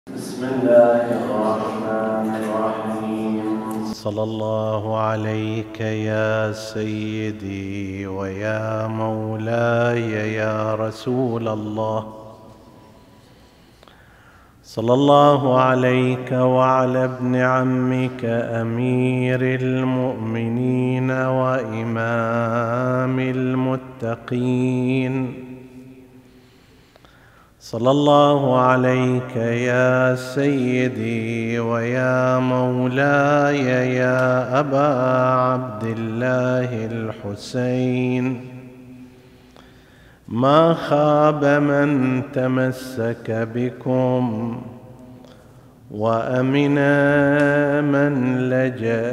بسم الله الرحمن الرحيم. صلى الله عليك يا سيدي ويا مولاي يا رسول الله. صلى الله عليك وعلى ابن عمك أمير المؤمنين وإمام المتقين. صلى الله عليك يا سيدي ويا مولاي يا أبا عبد الله الحسين. ما خاب من تمسك بكم وأمن من لجأ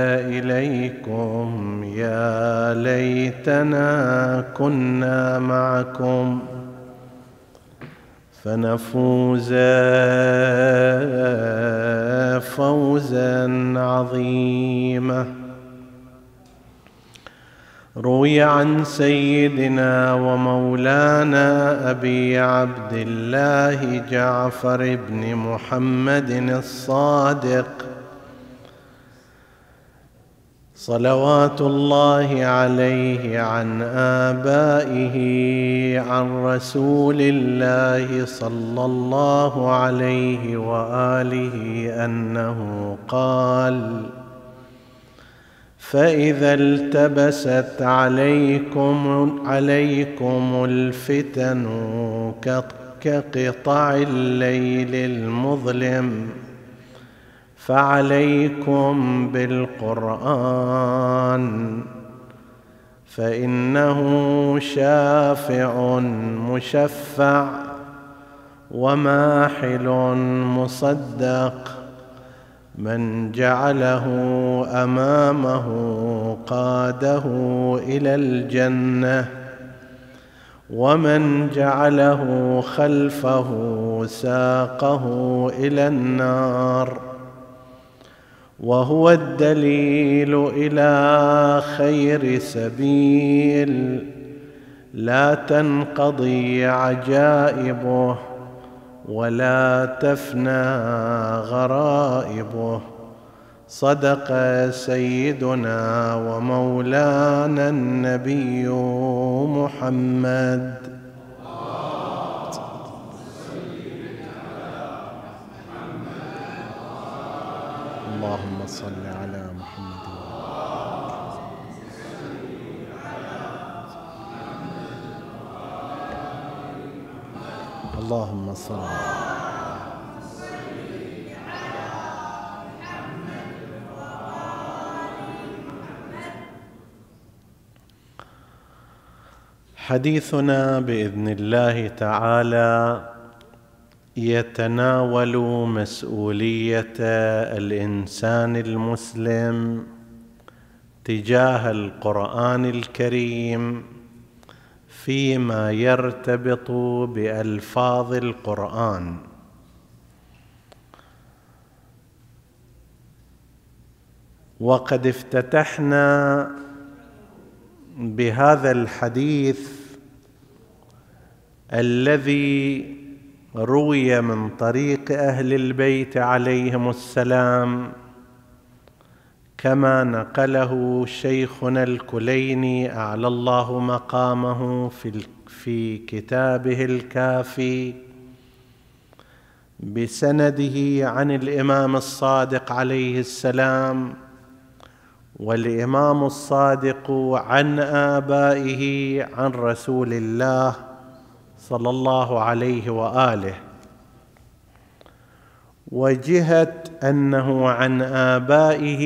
إليكم. يا ليتنا كنا معكم فنفوز فوزا عظيما. روي عن سيدنا ومولانا أبي عبد الله جعفر بن محمد الصادق صلوات الله عليه عن آبائه عن رسول الله صلى الله عليه وآله أنه قال: فإذا التبست عليكم الفتن كقطع الليل المظلم فعليكم بالقرآن، فإنه شافع مشفع وماحل مصدق. من جعله أمامه قاده إلى الجنة، ومن جعله خلفه ساقه إلى النار. وهو الدليل إلى خير سبيل لا تنقضي عجائبه ولا تفنى غرائبه. صدق سيدنا ومولانا النبي محمد. اللهم صل على محمد. اللهم صل. حديثنا بإذن الله تعالى يتناول مسؤولية الإنسان المسلم تجاه القرآن الكريم فيما يرتبط بألفاظ القرآن. وقد افتتحنا بهذا الحديث الذي روي من طريق أهل البيت عليهم السلام كما نقله شيخنا الكليني أعلى الله مقامه في كتابه الكافي بسنده عن الإمام الصادق عليه السلام، والإمام الصادق عن آبائه عن رسول الله صلى الله عليه وآله. وجهة أنه عن آبائه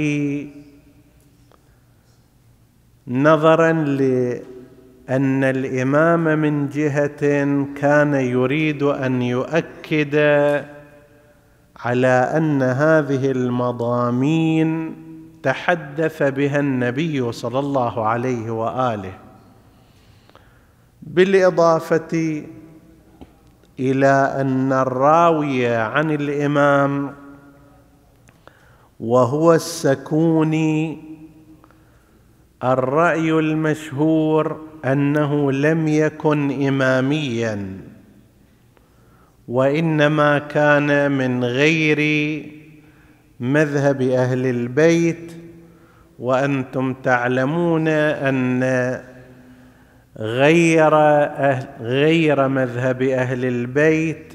نظراً لأن الإمام من جهة كان يريد أن يؤكد على أن هذه المضامين تحدث بها النبي صلى الله عليه وآله، بالإضافة إلى أن الراوي عن الإمام وهو السكوني الرأي المشهور أنه لم يكن إمامياً، وإنما كان من غير مذهب أهل البيت. وأنتم تعلمون أن غير مذهب أهل البيت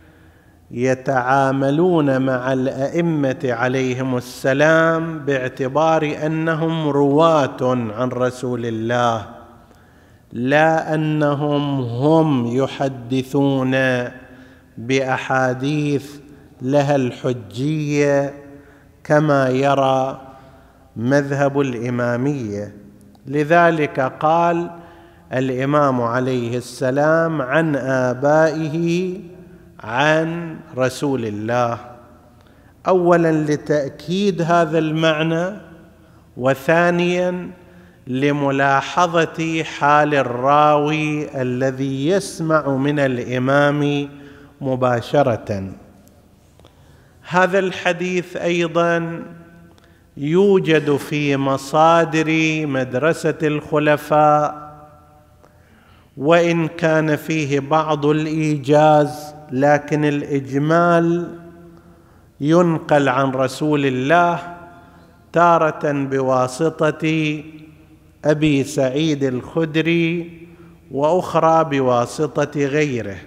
يتعاملون مع الأئمة عليهم السلام باعتبار أنهم رواة عن رسول الله، لا أنهم هم يحدثون بأحاديث لها الحجية كما يرى مذهب الإمامية. لذلك قال الإمام عليه السلام عن آبائه عن رسول الله، أولا لتأكيد هذا المعنى، وثانيا لملاحظة حال الراوي الذي يسمع من الإمام مباشرة. هذا الحديث أيضا يوجد في مصادر مدرسة الخلفاء، وإن كان فيه بعض الإيجاز، لكن الإجمال ينقل عن رسول الله تارة بواسطة أبي سعيد الخدري، وأخرى بواسطة غيره.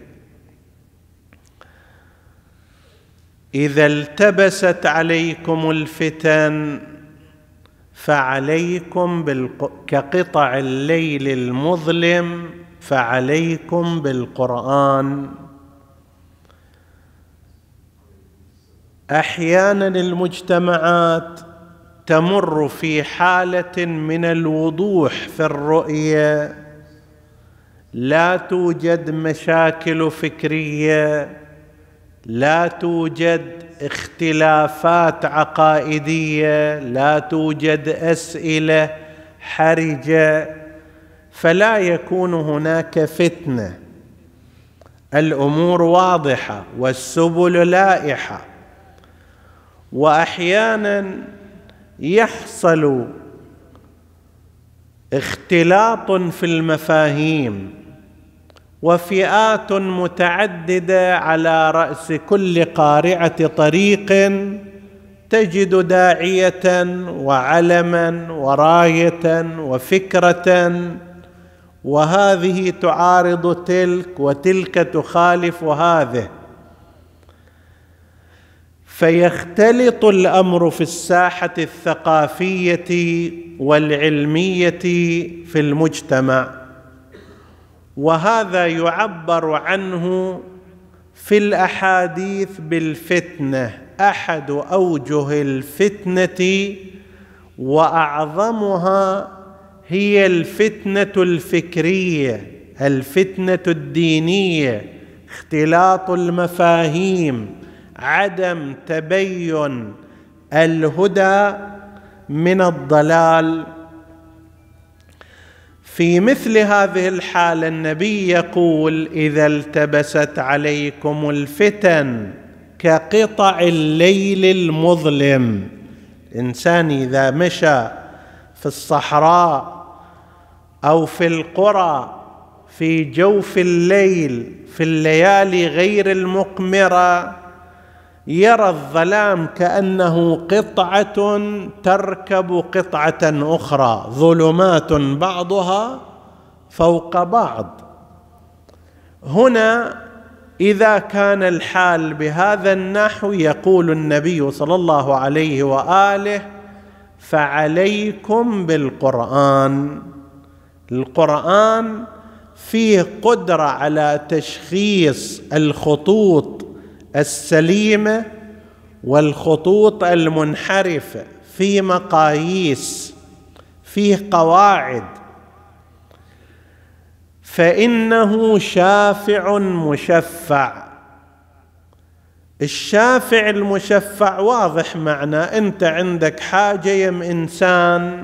إذا التبست عليكم الفتن فعليكم كقطع الليل المظلم فعليكم بالقرآن. أحيانا المجتمعات تمر في حالة من الوضوح في الرؤية، لا توجد مشاكل فكرية، لا توجد اختلافات عقائدية، لا توجد أسئلة حرجة، فلا يكون هناك فتنة، الأمور واضحة والسبل لائحة. وأحيانا يحصل اختلاط في المفاهيم، وفئات متعددة على رأس كل قارعة طريق تجد داعية وعلما وراية وفكرة، وهذه تعارض تلك وتلك تخالف هذه، فيختلط الأمر في الساحة الثقافية والعلمية في المجتمع. وهذا يعبر عنه في الأحاديث بالفتنة. أحد أوجه الفتنة وأعظمها هي الفتنة الفكرية، الفتنة الدينية، اختلاط المفاهيم، عدم تبين الهدى من الضلال. في مثل هذه الحالة النبي يقول: إذا التبست عليكم الفتن كقطع الليل المظلم. الإنسان إذا مشى في الصحراء أو في القرى في جوف الليل في الليالي غير المقمرة، يرى الظلام كأنه قطعة تركب قطعة أخرى، ظلمات بعضها فوق بعض. هنا إذا كان الحال بهذا النحو يقول النبي صلى الله عليه وآله: فعليكم بالقرآن. القرآن فيه قدرة على تشخيص الخطوط السليمة والخطوط المنحرفة، في مقاييس، فيه قواعد، فإنه شافع مشفع. الشافع المشفع واضح معنى، أنت عندك حاجة يم إنسان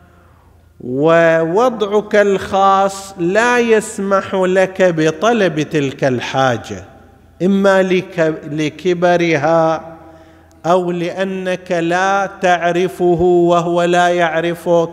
ووضعك الخاص لا يسمح لك بطلب تلك الحاجة، إما لكبرها أو لأنك لا تعرفه وهو لا يعرفك،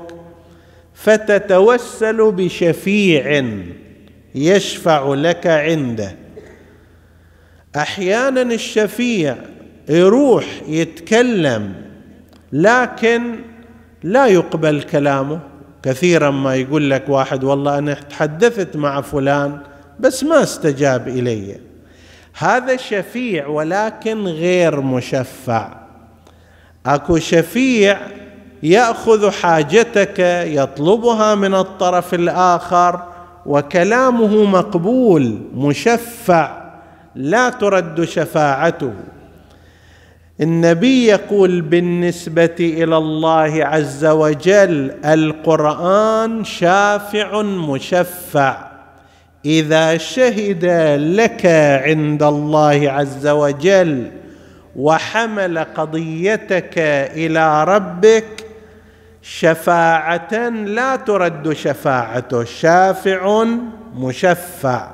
فتتوسل بشفيع يشفع لك عنده. أحيانا الشفيع يروح يتكلم لكن لا يقبل كلامه. كثيرا ما يقول لك واحد والله أنا تحدثت مع فلان بس ما استجاب إلي، هذا شفيع ولكن غير مشفع. أكو شفيع يأخذ حاجتك يطلبها من الطرف الآخر وكلامه مقبول مشفع لا ترد شفاعته. النبي يقول بالنسبة إلى الله عز وجل القرآن شافع مشفع، إذا شهد لك عند الله عز وجل وحمل قضيتك إلى ربك شفاعة لا ترد شفاعته، شافع مشفع.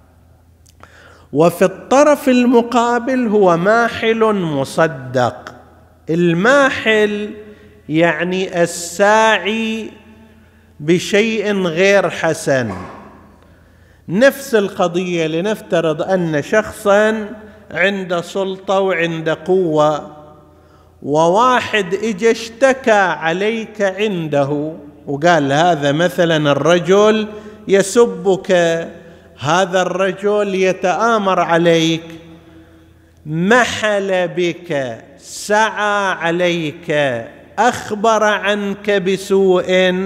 وفي الطرف المقابل هو ماحل مصدق. الماحل يعني الساعي بشيء غير حسن. نفس القضية، لنفترض أن شخصا عنده سلطة وعنده قوة، وواحد اجى اشتكى عليك عنده وقال هذا مثلا الرجل يسبك، هذا الرجل يتآمر عليك، محل بك، سعى عليك، أخبر عنك بسوء.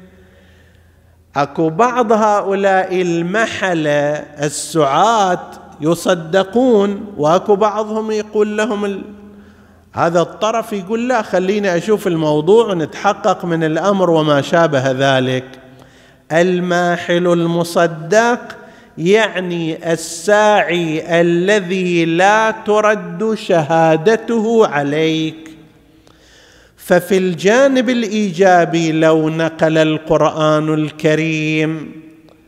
أكو بعض هؤلاء المحلة السعاة يصدقون، وأكو بعضهم يقول لهم هذا الطرف يقول لا خليني أشوف الموضوع ونتحقق من الأمر وما شابه ذلك. الماحل المصدق يعني الساعي الذي لا ترد شهادته عليك. ففي الجانب الإيجابي لو نقل القرآن الكريم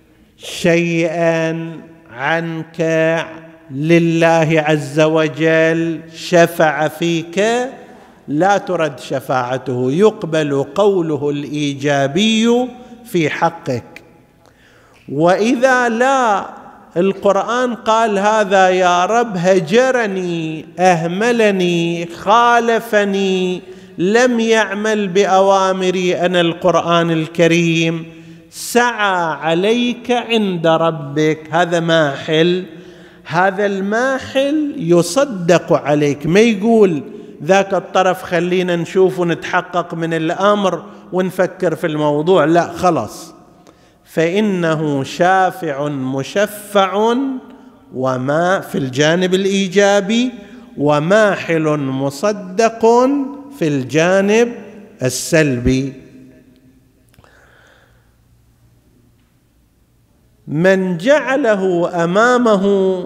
شيئا عنك لله عز وجل شفع فيك لا ترد شفاعته، يقبل قوله الإيجابي في حقك. وإذا لا، القرآن قال هذا يا رب هجرني، أهملني، خالفني، لم يعمل بأوامري أنا القرآن الكريم، سعى عليك عند ربك، هذا ماحل. هذا الماحل يصدق عليك، ما يقول ذاك الطرف خلينا نشوف ونتحقق من الأمر ونفكر في الموضوع، لا خلاص، فإنه شافع مشفع وما في الجانب الإيجابي، وماحل مصدق في الجانب السلبي. من جعله أمامه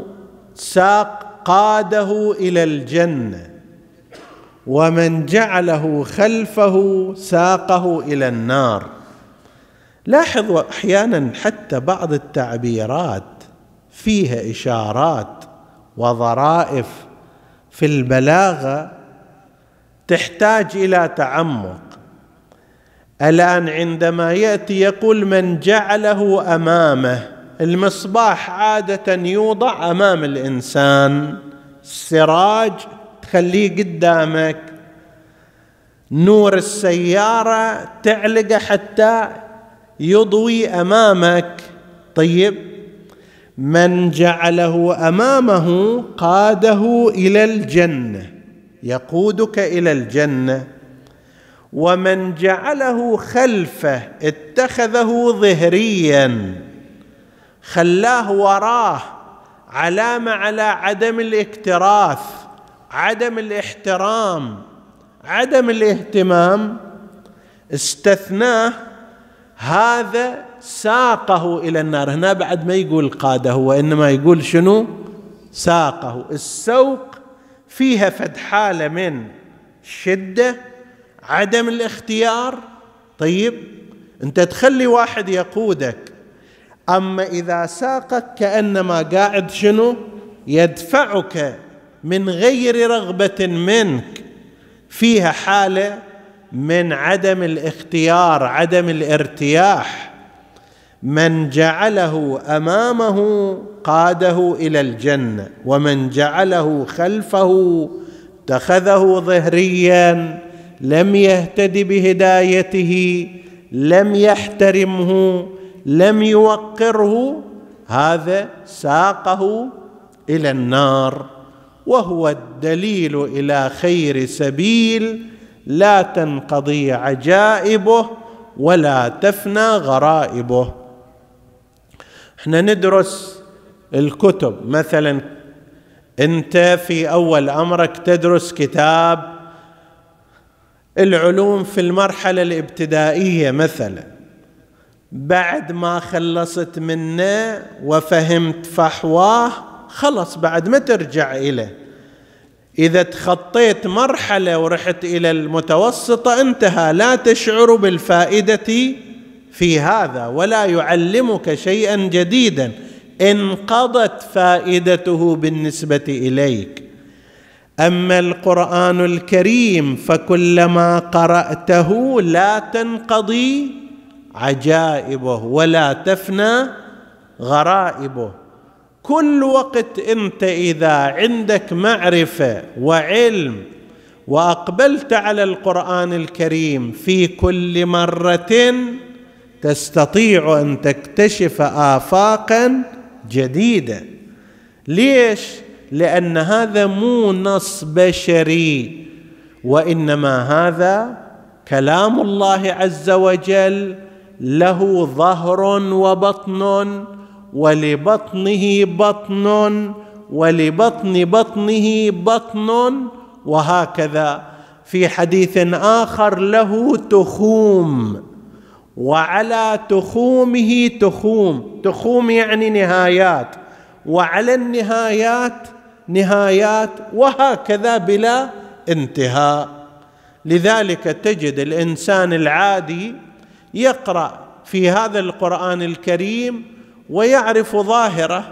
قاده إلى الجنة، ومن جعله خلفه ساقه إلى النار. لاحظوا أحيانا حتى بعض التعبيرات فيها إشارات وظرائف في البلاغة تحتاج إلى تعمق. الآن عندما يأتي يقول من جعله أمامه، المصباح عادة يوضع أمام الإنسان، السراج تخليه قدامك، نور السيارة تعلقه حتى يضوي أمامك. طيب، من جعله أمامه قاده إلى الجنة، يقودك إلى الجنة. ومن جعله خلفه اتخذه ظهريا، خلاه وراه، علامة على عدم الاكتراث، عدم الاحترام، عدم الاهتمام، استثناه، هذا ساقه إلى النار. هنا بعد ما يقول قاده، وإنما يقول شنو؟ ساقه. السوق فيها فد حالة من شدة، عدم الاختيار. طيب، أنت تخلي واحد يقودك، أما إذا ساقك كأنما قاعد شنو؟ يدفعك من غير رغبة منك، فيها حالة من عدم الاختيار، عدم الارتياح. من جعله أمامه قاده إلى الجنة، ومن جعله خلفه اتخذه ظهريا، لم يهتد بهدايته، لم يحترمه، لم يوقره، هذا ساقه إلى النار. وهو الدليل إلى خير سبيل لا تنقضي عجائبه ولا تفنى غرائبه. احنا ندرس الكتب، مثلا انت في اول امرك تدرس كتاب العلوم في المرحلة الابتدائية مثلا، بعد ما خلصت منه وفهمت فحواه خلص بعد ما ترجع إليه. إذا تخطيت مرحلة ورحت إلى المتوسطة انتهى، لا تشعر بالفائدة في هذا ولا يعلمك شيئا جديدا، انقضت فائدته بالنسبة إليك. أما القرآن الكريم فكلما قرأته لا تنقضي عجائبه ولا تفنى غرائبه. كل وقت أنت إذا عندك معرفة وعلم وأقبلت على القرآن الكريم في كل مرة تستطيع أن تكتشف آفاقا جديدة. ليش؟ لأن هذا مو نص بشري، وإنما هذا كلام الله عز وجل، له ظهر وبطن، ولبطنه بطن، ولبطن بطنه بطن، وهكذا. في حديث آخر له تخوم، وعلى تخومه تخوم، تخوم يعني نهايات، وعلى النهايات نهايات، وهكذا بلا انتهاء. لذلك تجد الإنسان العادي يقرأ في هذا القرآن الكريم ويعرف ظاهره،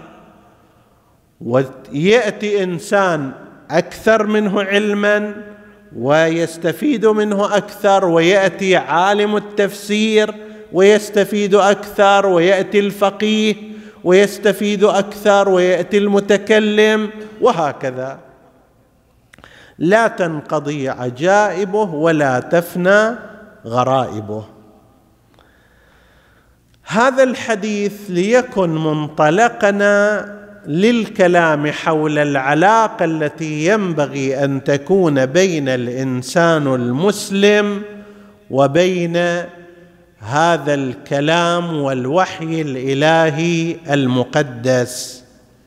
ويأتي إنسان أكثر منه علما ويستفيد منه أكثر، ويأتي عالم التفسير ويستفيد أكثر، ويأتي الفقيه ويستفيد أكثر، ويأتي المتكلم، وهكذا. لا تنقضي عجائبه ولا تفنى غرائبه. هذا الحديث ليكن منطلقنا للكلام حول العلاقة التي ينبغي أن تكون بين الإنسان المسلم وبين هذا الكلام والوحي الإلهي المقدس.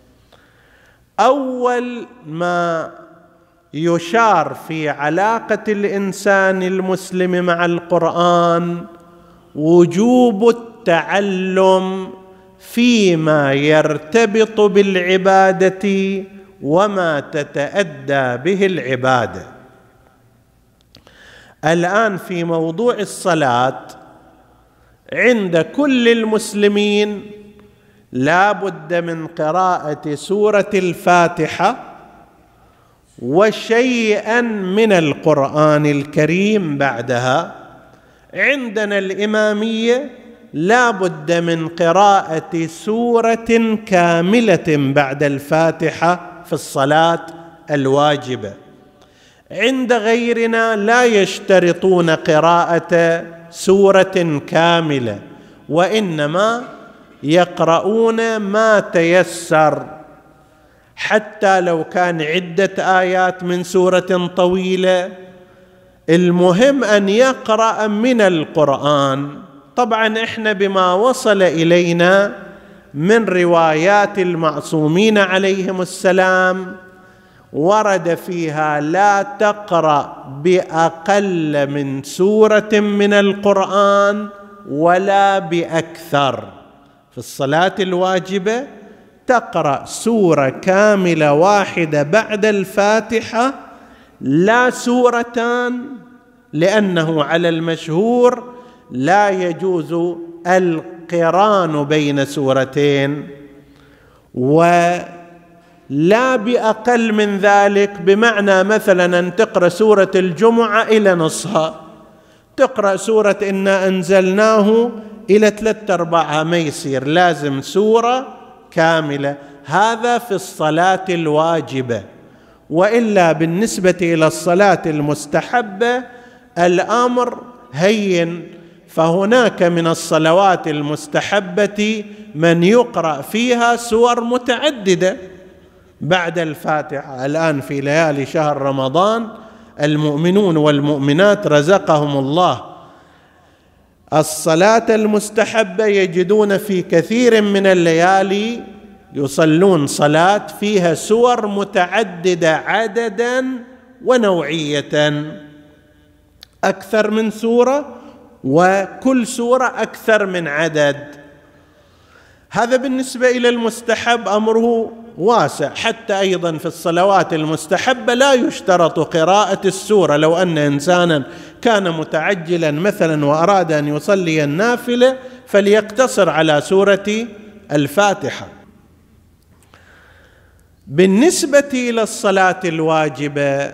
أول ما يشار في علاقة الإنسان المسلم مع القرآن وجوب التعلم فيما يرتبط بالعبادة وما تتأدى به العبادة. الآن في موضوع الصلاة عند كل المسلمين لا بد من قراءة سورة الفاتحة وشيئا من القرآن الكريم بعدها. عندنا الإمامية لا بد من قراءة سورة كاملة بعد الفاتحة في الصلاة الواجبة. عند غيرنا لا يشترطون قراءة سورة كاملة، وإنما يقرؤون ما تيسر، حتى لو كان عدة آيات من سورة طويلة، المهم أن يقرأ من القرآن. طبعا إحنا بما وصل إلينا من روايات المعصومين عليهم السلام ورد فيها لا تقرأ بأقل من سورة من القرآن ولا بأكثر. في الصلاة الواجبة تقرأ سورة كاملة واحدة بعد الفاتحة، لا سورتان، لأنه على المشهور لا يجوز القران بين سورتين، ولا بأقل من ذلك. بمعنى مثلا أن تقرأ سورة الجمعة إلى نصها، تقرأ سورة إنا أنزلناه إلى 3/4 ما يصير، لازم سورة كاملة. هذا في الصلاة الواجبة. وإلا بالنسبة إلى الصلاة المستحبة الأمر هين، فهناك من الصلوات المستحبة من يقرأ فيها سور متعددة بعد الفاتحة. الآن في ليالي شهر رمضان المؤمنون والمؤمنات رزقهم الله الصلاة المستحبة، يجدون في كثير من الليالي يصلون صلاة فيها سور متعددة عددا ونوعية، أكثر من سورة، وكل سورة أكثر من عدد. هذا بالنسبة إلى المستحب أمره واسع. حتى أيضا في الصلوات المستحبة لا يشترط قراءة السورة. لو أن إنسانا كان متعجلا مثلا وأراد أن يصلي النافلة فليقتصر على سورة الفاتحة. بالنسبة إلى الصلاة الواجبة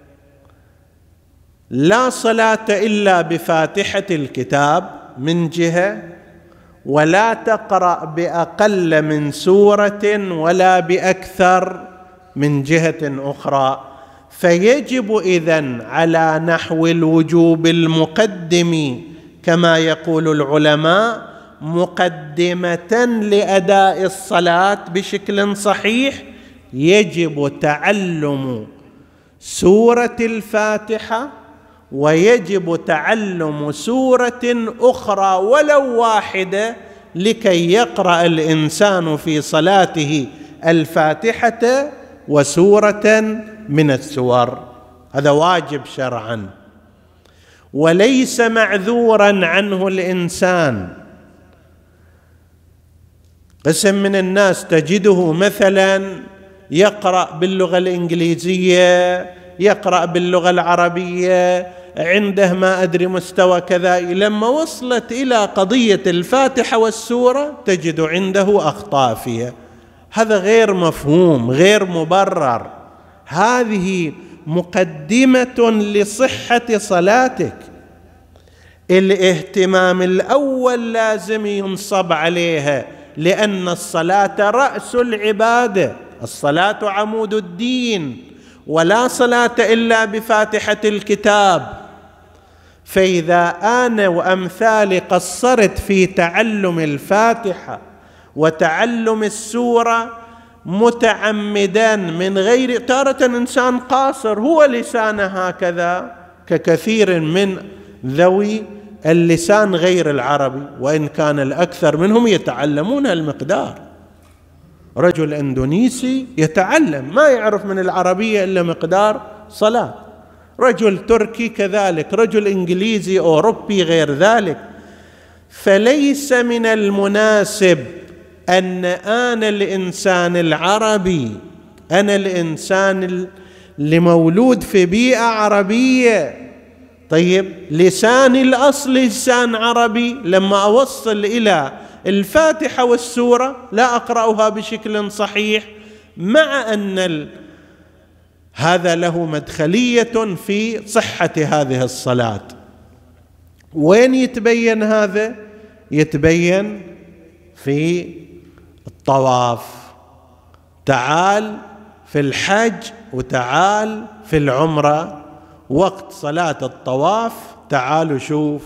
لا صلاة إلا بفاتحة الكتاب من جهة، ولا تقرأ بأقل من سورة ولا بأكثر من جهة أخرى. فيجب إذن على نحو الوجوب المقدم كما يقول العلماء مقدمة لأداء الصلاة بشكل صحيح، يجب تعلم سورة الفاتحة، ويجب تعلم سورة أخرى ولو واحدة لكي يقرأ الإنسان في صلاته الفاتحة وسورة من السور. هذا واجب شرعا وليس معذورا عنه الإنسان. قسم من الناس تجده مثلا يقرأ باللغة الإنجليزية، يقرأ باللغة العربية، عنده ما أدري مستوى كذا، لما وصلت إلى قضية الفاتحة والسورة تجد عنده أخطاء فيها. هذا غير مفهوم، غير مبرر. هذه مقدمة لصحة صلاتك. الاهتمام الأول لازم ينصب عليها، لأن الصلاة رأس العبادة، الصلاة عمود الدين، ولا صلاة إلا بفاتحة الكتاب. فإذا أنا وأمثالي قصرت في تعلم الفاتحة وتعلم السورة متعمدا من غير، تارة إنسان قاصر هو لسانه هكذا ككثير من ذوي اللسان غير العربي، وإن كان الأكثر منهم يتعلمون المقدار. رجل إندونيسي يتعلم ما يعرف من العربية إلا مقدار صلاة، رجل تركي كذلك، رجل إنجليزي أوروبي غير ذلك. فليس من المناسب أن أنا الإنسان العربي، أنا الإنسان اللي مولود في بيئة عربية، طيب لساني الأصلي لسان عربي، لما أوصل إلى الفاتحة والسورة لا أقرأها بشكل صحيح، مع أن هذا له مدخلية في صحة هذه الصلاة. وين يتبين هذا؟ يتبين في الطواف. تعال في الحج وتعال في العمرة، وقت صلاة الطواف تعالوا شوف،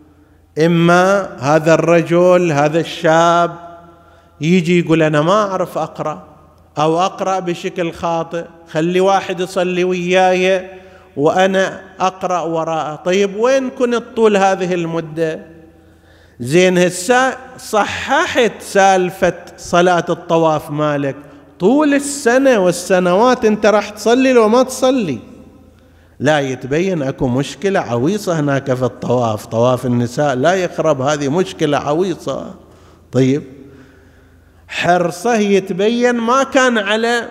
إما هذا الرجل هذا الشاب يجي يقول أنا ما أعرف أقرأ أو أقرأ بشكل خاطئ، خلي واحد يصلي وياي وأنا أقرأ وراءه. طيب وين كنت طول هذه المدة؟ زين هسه صححت سالفة صلاة الطواف مالك، طول السنة والسنوات أنت راح تصلي لو ما تصلي. لا يتبين أكو مشكلة عويصة هناك في الطواف، طواف النساء لا يخرب، هذه مشكلة عويصة. طيب حرصه يتبين ما كان على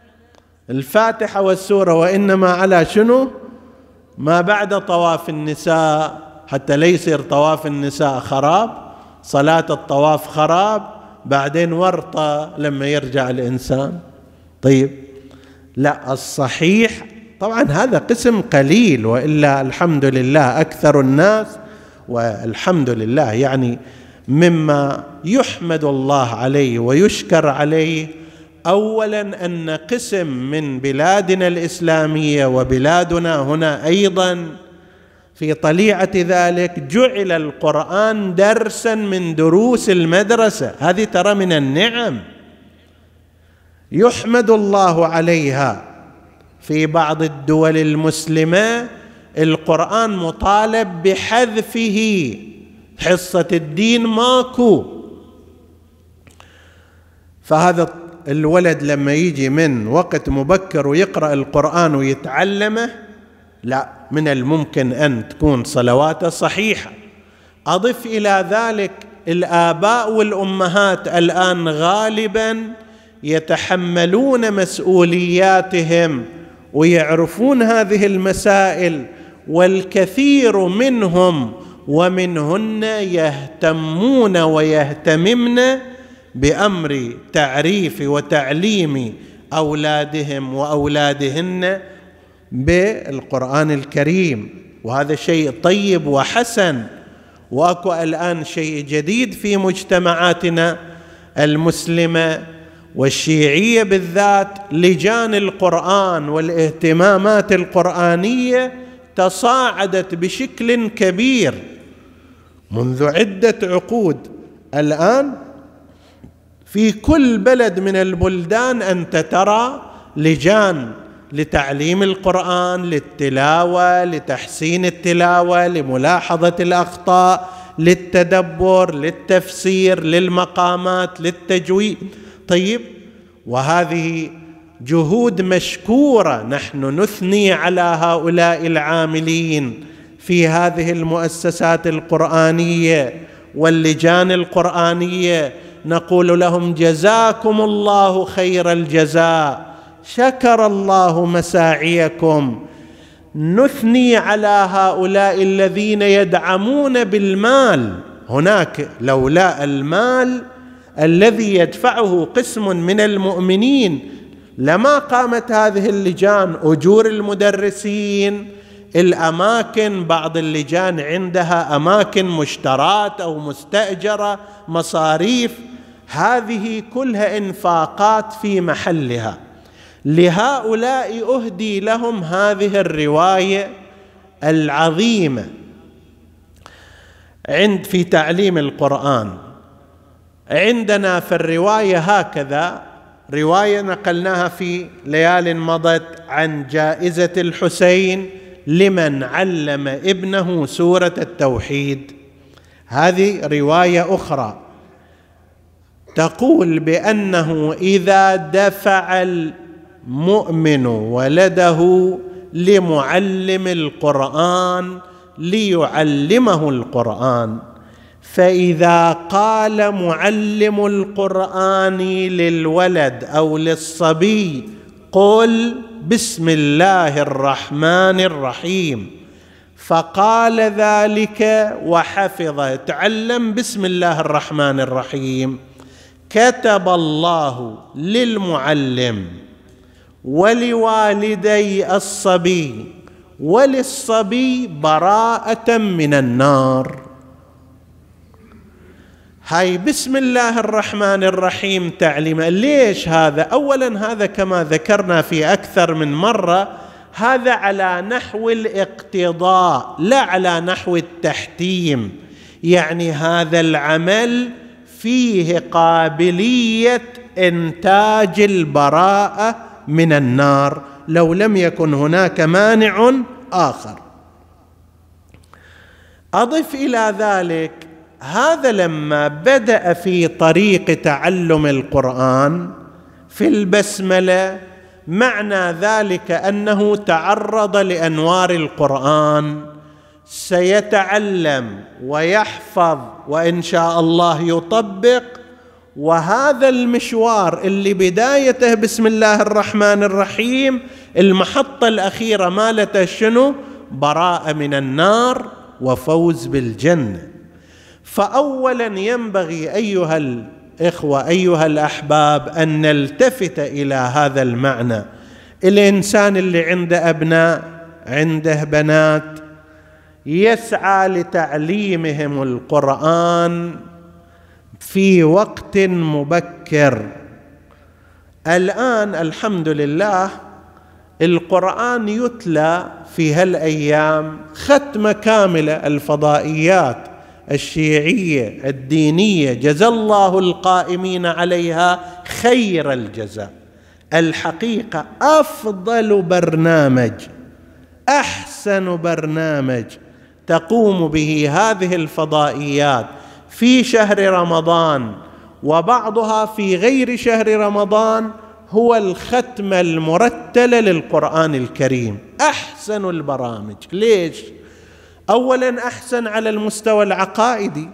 الفاتحة والسورة، وإنما على شنو؟ ما بعد طواف النساء، حتى لا يصير طواف النساء خراب، صلاة الطواف خراب، بعدين ورطة لما يرجع الإنسان. طيب لا، الصحيح طبعا هذا قسم قليل، وإلا الحمد لله أكثر الناس، والحمد لله يعني مما يحمد الله عليه ويشكر عليه أولا أن قسم من بلادنا الإسلامية وبلادنا هنا أيضا في طليعة ذلك جعل القرآن درسا من دروس المدرسة. هذه ترى من النعم يحمد الله عليها. في بعض الدول المسلمة القرآن مطالب بحذفه، حصة الدين ماكو. فهذا الولد لما يجي من وقت مبكر ويقرأ القرآن ويتعلمه، لا، من الممكن أن تكون صلواته صحيحة. أضف إلى ذلك الآباء والأمهات الآن غالبا يتحملون مسؤولياتهم ويعرفون هذه المسائل، والكثير منهم ومنهن يهتمون ويهتممن بأمر تعريف وتعليم أولادهم وأولادهن بالقرآن الكريم، وهذا شيء طيب وحسن. وأكو الآن شيء جديد في مجتمعاتنا المسلمة والشيعية بالذات، لجان القرآن والاهتمامات القرآنية تصاعدت بشكل كبير منذ عدة عقود. الآن في كل بلد من البلدان أنت ترى لجان لتعليم القرآن، للتلاوة، لتحسين التلاوة، لملاحظة الأخطاء، للتدبر، للتفسير، للمقامات، للتجويد. طيب، وهذه جهود مشكورة، نحن نثني على هؤلاء العاملين في هذه المؤسسات القرآنية واللجان القرآنية، نقول لهم جزاكم الله خير الجزاء، شكر الله مساعيكم. نثني على هؤلاء الذين يدعمون بالمال. هناك لولا المال الذي يدفعه قسم من المؤمنين لما قامت هذه اللجان. أجور المدرسين، الأماكن، بعض اللجان عندها أماكن مشترات أو مستأجرة، مصاريف، هذه كلها إنفاقات في محلها. لهؤلاء أهدي لهم هذه الرواية العظيمة في تعليم القرآن. عندنا في الرواية هكذا، رواية نقلناها في ليال مضت عن جائزة الحسين لمن علم ابنه سورة التوحيد. هذه رواية أخرى تقول بأنه إذا دفع المؤمن ولده لمعلم القرآن ليعلمه القرآن، فإذا قال معلم القرآن للولد أو للصبي قل بسم الله الرحمن الرحيم، فقال ذلك وحفظه، تعلم بسم الله الرحمن الرحيم، كتب الله للمعلم ولوالدي الصبي وللصبي براءة من النار. هاي بسم الله الرحمن الرحيم تعليمه. ليش هذا؟ أولا هذا كما ذكرنا في أكثر من مرة، هذا على نحو الاقتضاء لا على نحو التحتيم. يعني هذا العمل فيه قابلية إنتاج البراءة من النار لو لم يكن هناك مانع آخر. أضف إلى ذلك، هذا لما بدأ في طريق تعلم القرآن في البسملة، معنى ذلك أنه تعرض لأنوار القرآن، سيتعلم ويحفظ وإن شاء الله يطبق. وهذا المشوار اللي بدايته بسم الله الرحمن الرحيم، المحطة الأخيرة مالته شنو؟ براءة من النار وفوز بالجنة. فأولا ينبغي أيها الإخوة أيها الأحباب أن نلتفت إلى هذا المعنى. الإنسان اللي عنده أبناء عنده بنات يسعى لتعليمهم القرآن في وقت مبكر. الآن الحمد لله القرآن يتلى في هالأيام ختمة كاملة. الفضائيات الشيعية الدينية جزى الله القائمين عليها خير الجزاء. الحقيقة أفضل برنامج، أحسن برنامج تقوم به هذه الفضائيات في شهر رمضان وبعضها في غير شهر رمضان هو الختمة المرتلة للقرآن الكريم. أحسن البرامج. ليش؟ أولا أحسن على المستوى العقائدي،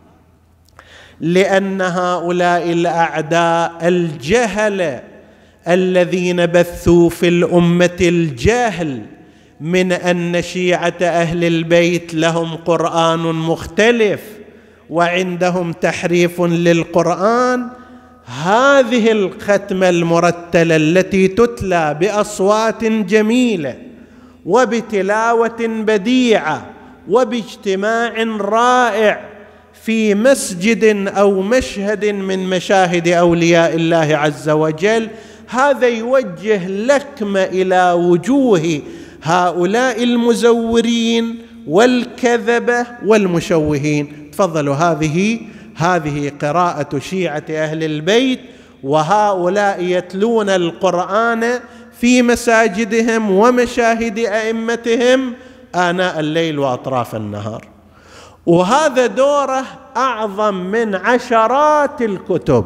لأن هؤلاء الأعداء الجهلة الذين بثوا في الأمة الجهل من أن شيعة أهل البيت لهم قرآن مختلف وعندهم تحريف للقرآن، هذه الختمة المرتلة التي تتلى بأصوات جميلة وبتلاوة بديعة وباجتماع رائع في مسجد أو مشهد من مشاهد أولياء الله عز وجل، هذا يوجه لكمة إلى وجوه هؤلاء المزورين والكذبة والمشوهين. تفضلوا، هذه قراءة شيعة أهل البيت، وهؤلاء يتلون القرآن في مساجدهم ومشاهد أئمتهم آناء الليل وأطراف النهار. وهذا دوره أعظم من عشرات الكتب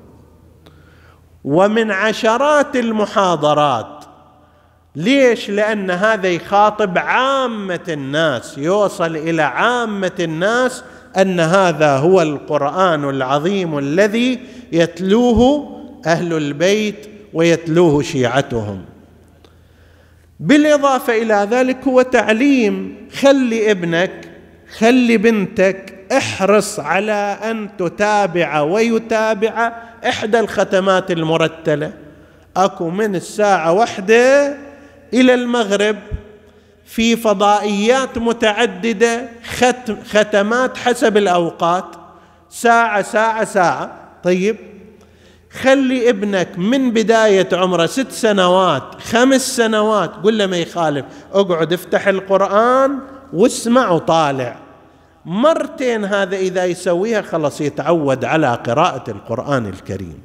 ومن عشرات المحاضرات. ليش؟ لأن هذا يخاطب عامة الناس، يوصل إلى عامة الناس أن هذا هو القرآن العظيم الذي يتلوه أهل البيت ويتلوه شيعتهم. بالإضافة إلى ذلك هو تعليم. خلي ابنك، خلي بنتك، احرص على أن تتابع ويتابع إحدى الختمات المرتلة. أكو من الساعة 1 إلى المغرب في فضائيات متعددة ختمات حسب الأوقات، ساعة ساعة ساعة. طيب، خلي ابنك من بداية عمره 6 سنوات 5 سنوات، قل له ما يخالف، اقعد افتح القرآن واسمع وطالع 2 هذا إذا يسويها خلص يتعود على قراءة القرآن الكريم.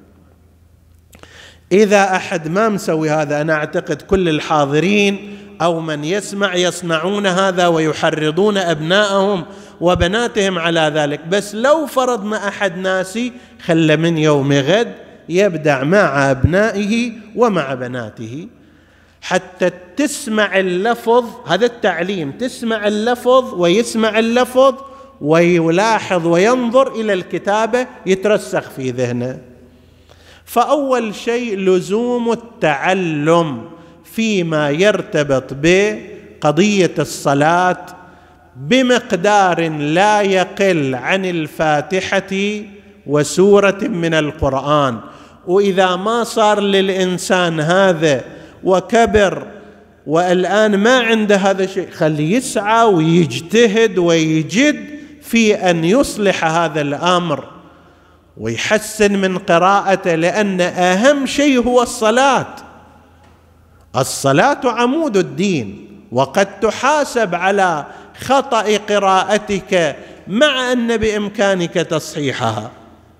إذا أحد ما مسوي هذا، أنا أعتقد كل الحاضرين أو من يسمع يصنعون هذا ويحرضون أبنائهم وبناتهم على ذلك. بس لو فرضنا أحد ناسي، خلى من يوم غد يبدأ مع أبنائه ومع بناته حتى تسمع اللفظ. هذا التعليم، تسمع اللفظ ويسمع اللفظ ويلاحظ وينظر إلى الكتابة، يترسخ في ذهنه. فأول شيء لزوم التعلم فيما يرتبط بقضية الصلاة بمقدار لا يقل عن الفاتحة وسورة من القرآن. وإذا ما صار للإنسان هذا وكبر والآن ما عنده هذا الشيء، خليه يسعى ويجتهد ويجد في أن يصلح هذا الأمر ويحسن من قراءته، لأن أهم شيء هو الصلاة. الصلاة عمود الدين، وقد تحاسب على خطأ قراءتك مع أن بإمكانك تصحيحها.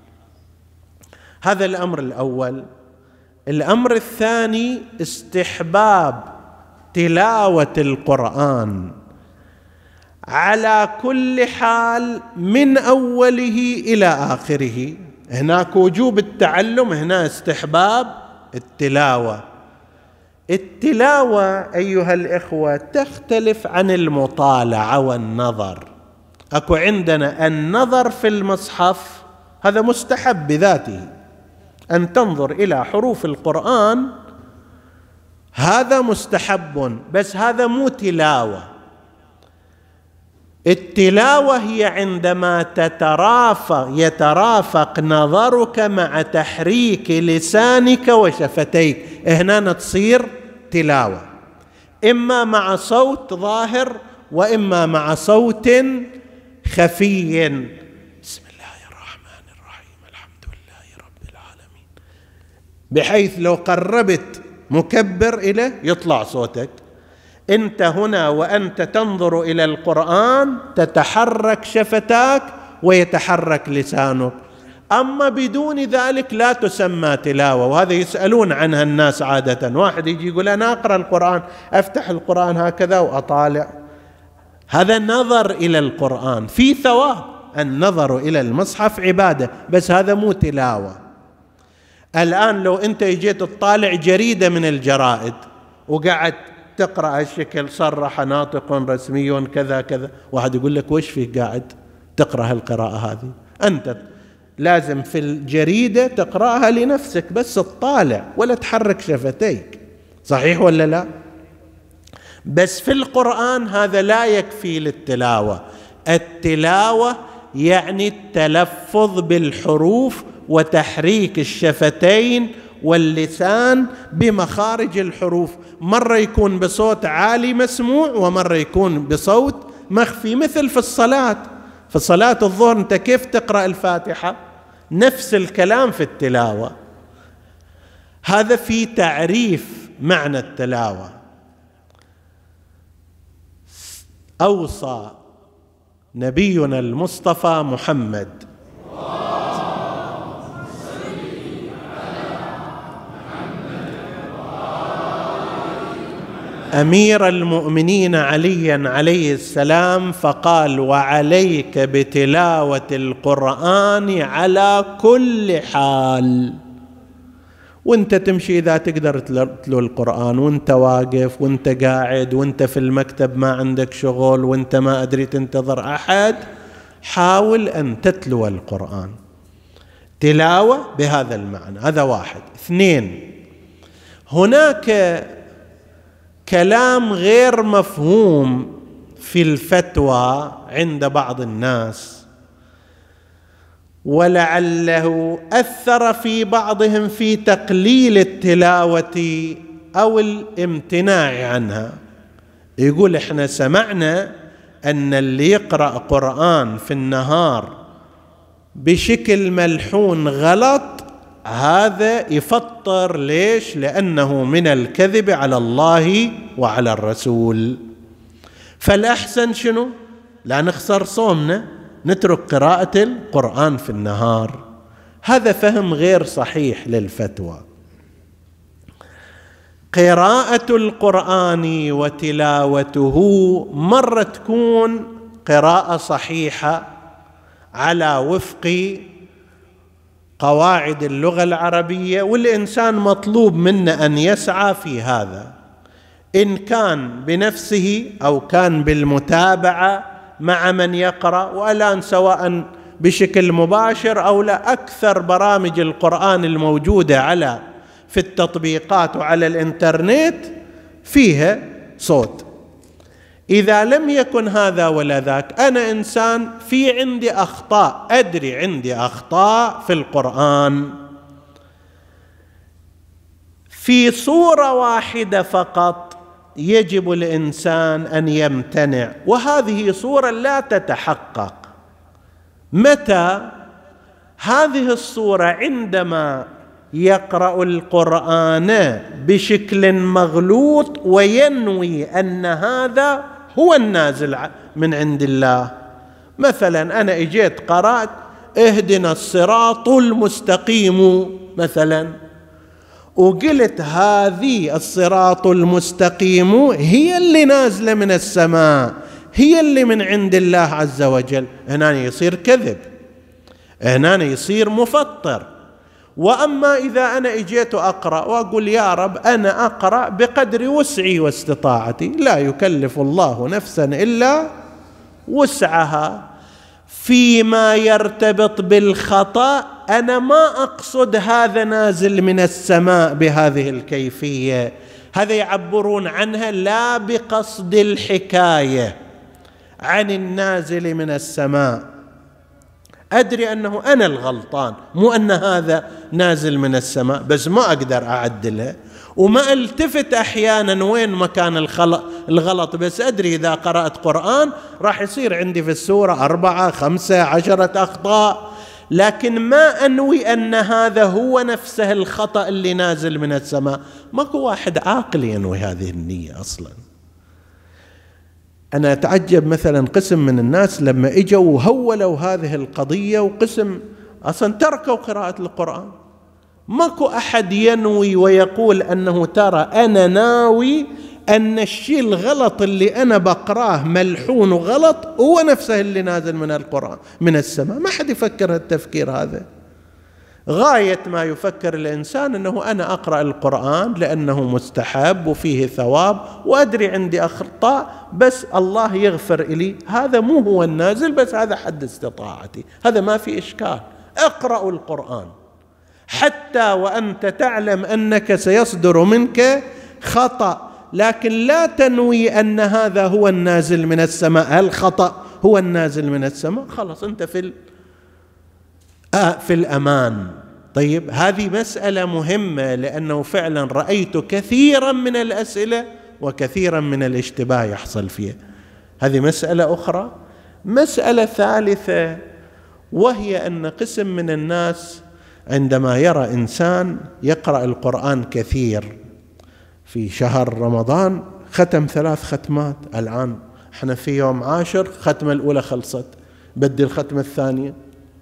هذا الأمر الأول. الأمر الثاني استحباب تلاوة القرآن على كل حال من أوله إلى آخره. هناك وجوب التعلم، هنا استحباب التلاوة. التلاوة أيها الإخوة تختلف عن المطالعة والنظر. أكو عندنا النظر في المصحف، هذا مستحب بذاته، أن تنظر إلى حروف القرآن هذا مستحب، بس هذا مو تلاوة. التلاوة هي عندما يترافق نظرك مع تحريك لسانك وشفتيك، هنا تصير تلاوة، إما مع صوت ظاهر وإما مع صوت خفي. بسم الله الرحمن الرحيم، بحيث لو قربت مكبر إليه يطلع صوتك. أنت هنا وأنت تنظر إلى القرآن تتحرك شفتاك ويتحرك لسانك، أما بدون ذلك لا تسمى تلاوة. وهذا يسألون عنها الناس عادة، واحد يجي يقول أنا أقرأ القرآن، أفتح القرآن هكذا وأطالع، هذا نظر إلى القرآن، في ثواب. النظر إلى المصحف عبادة، بس هذا مو تلاوة. الآن لو أنت جيت تطالع جريدة من الجرائد وقعدت تقرأ هالشكل، صرح ناطق رسمي كذا كذا، واحد يقول لك وش فيك قاعد تقرأ القراءة هذه؟ أنت لازم في الجريدة تقرأها لنفسك بس، تطالع ولا تحرك شفتيك، صحيح ولا لا؟ بس في القرآن هذا لا يكفي للتلاوة. التلاوة يعني التلفظ بالحروف وتحريك الشفتين واللسان بمخارج الحروف، مرة يكون بصوت عالي مسموع ومرة يكون بصوت مخفي، مثل في الصلاة. في صلاة الظهر أنت كيف تقرأ الفاتحة؟ نفس الكلام في التلاوة. هذا في تعريف معنى التلاوة. أوصى نبينا المصطفى محمد أمير المؤمنين عليا عليه السلام فقال: وعليك بتلاوة القرآن على كل حال. وانت تمشي إذا تقدر تتلو القرآن وانت واقف وانت قاعد وانت في المكتب ما عندك شغل وانت ما أدري تنتظر أحد، حاول أن تتلو القرآن. تلاوة بهذا المعنى، هذا واحد. اثنين، هناك كلام غير مفهوم في الفتوى عند بعض الناس، ولعله أثر في بعضهم في تقليل التلاوة أو الامتناع عنها. يقول احنا سمعنا أن اللي يقرأ قرآن في النهار بشكل ملحون غلط، هذا يفطر. ليش؟ لأنه من الكذب على الله وعلى الرسول. فالأحسن شنو؟ لا نخسر صومنا، نترك قراءة القرآن في النهار. هذا فهم غير صحيح للفتوى. قراءة القرآن وتلاوته مرة تكون قراءة صحيحة على وفق قواعد اللغة العربية، والإنسان مطلوب منه أن يسعى في هذا، إن كان بنفسه أو كان بالمتابعة مع من يقرأ، والآن سواء بشكل مباشر أو لا، أكثر برامج القرآن الموجودة في التطبيقات وعلى الإنترنت فيها صوت. إذا لم يكن هذا ولا ذاك، أنا إنسان في عندي أخطاء، أدري عندي أخطاء في القرآن، في صورة واحدة فقط يجب الإنسان أن يمتنع، وهذه صورة لا تتحقق. متى؟ هذه الصورة عندما يقرأ القرآن بشكل مغلوط وينوي أن هذا هو النازل من عند الله. مثلا أنا اجيت قرأت اهدنا الصراط المستقيم مثلا، وقلت هذه الصراط المستقيم هي اللي نازلة من السماء، هي اللي من عند الله عز وجل، هنا يصير كذب، هنا يصير مفطر. وأما إذا أنا اجيت أقرأ وأقول يا رب أنا أقرأ بقدر وسعي واستطاعتي، لا يكلف الله نفسا إلا وسعها، فيما يرتبط بالخطأ أنا ما أقصد هذا نازل من السماء بهذه الكيفية، هذا يعبرون عنها لا بقصد الحكاية عن النازل من السماء، أدري أنه أنا الغلطان، مو أن هذا نازل من السماء، بس ما أقدر أعدلها وما التفت أحيانا وين مكان الغلط، بس أدري إذا قرأت قرآن راح يصير عندي في السورة 4 5 10 أخطاء، لكن ما أنوي أن هذا هو نفسه الخطأ اللي نازل من السماء. ماكو واحد عاقل ينوي هذه النية أصلا. أنا أتعجب مثلا قسم من الناس لما إجوا وهولوا هذه القضية، وقسم أصلا تركوا قراءة القرآن. ماكو أحد ينوي ويقول أنه ترى أنا ناوي أن الشيء الغلط اللي أنا بقراه ملحون وغلط هو نفسه اللي نازل من القرآن من السماء. ما حد يفكر التفكير هذا. غاية ما يفكر الإنسان أنه أنا أقرأ القرآن لأنه مستحب وفيه ثواب وأدري عندي أخطاء، بس الله يغفر إلي. هذا مو هو النازل، بس هذا حد استطاعتي، هذا ما في إشكال. اقرأوا القرآن حتى وأنت تعلم أنك سيصدر منك خطأ، لكن لا تنوي أن هذا هو النازل من السماء. الخطأ هو النازل من السماء، خلاص أنت في الأمان. طيب، هذه مسألة مهمة، لأنه فعلا رأيت كثيرا من الأسئلة وكثيرا من الاشتباه يحصل فيها. هذه مسألة أخرى. مسألة ثالثة، وهي أن قسم من الناس عندما يرى إنسان يقرأ القرآن كثير في شهر رمضان، ختم 3 ختمات، الآن احنا في يوم 10 ختمة الأولى خلصت، بدي الختمة الثانية،